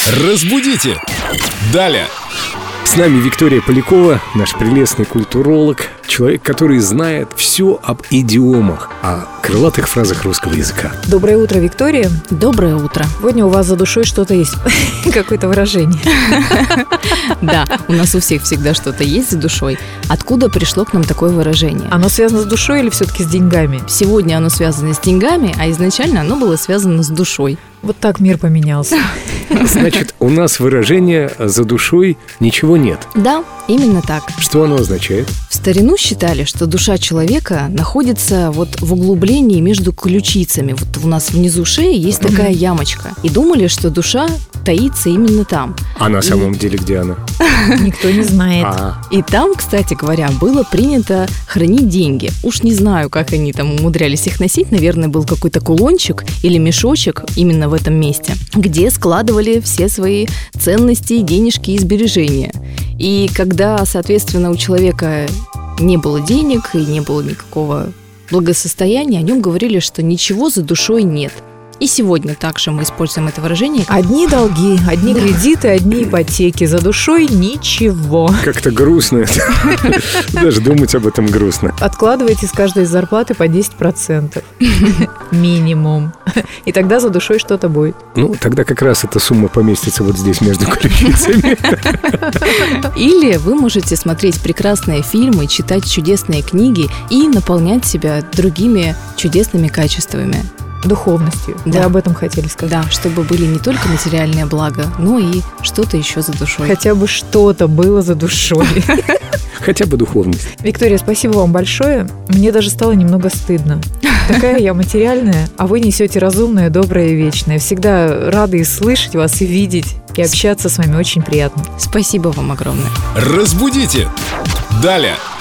Разбудите! Далее! С нами Виктория Полякова, наш прелестный культуролог, человек, который знает все об идиомах, о крылатых фразах русского языка. Доброе утро, Виктория. Доброе утро. Сегодня у вас за душой что-то есть, какое-то выражение. Да, у нас у всех всегда что-то есть за душой. Откуда пришло к нам такое выражение? Оно связано с душой или все-таки с деньгами? Сегодня оно связано с деньгами, а изначально оно было связано с душой. Вот так мир поменялся. Значит, у нас выражение «за душой ничего нет». Да, именно так. Что оно означает? В старину считали, что душа человека находится вот в углублении между ключицами. Вот у нас внизу шеи есть такая ямочка. И думали, что душа таится именно там. А на самом деле где она? Никто не знает. И там, кстати говоря, было принято хранить деньги. Уж не знаю, как они там умудрялись их носить. Наверное, был какой-то кулончик или мешочек именно в этом месте, где складывали все свои ценности, денежки и сбережения. И когда, соответственно, у человека не было денег и не было никакого благосостояния, о нем говорили, что ничего за душой нет. И сегодня также мы используем это выражение. Одни долги, одни кредиты, одни ипотеки. За душой ничего. Как-то грустно. Даже думать об этом грустно. Откладывайте с каждой зарплаты по 10%. Минимум. И тогда за душой что-то будет. Ну, тогда как раз эта сумма поместится вот здесь между ключицами. Или вы можете смотреть прекрасные фильмы, читать чудесные книги и наполнять себя другими чудесными качествами. Духовностью. Да. Вы об этом хотели сказать. Да, чтобы были не только материальные блага, но и что-то еще за душой. Хотя бы что-то было за душой. Хотя бы духовность. Виктория, спасибо вам большое. Мне даже стало немного стыдно. Такая я материальная, а вы несете разумное, доброе и вечное. Всегда рада и слышать вас, и видеть, и общаться с вами очень приятно. Спасибо вам огромное. Разбудите! Далее!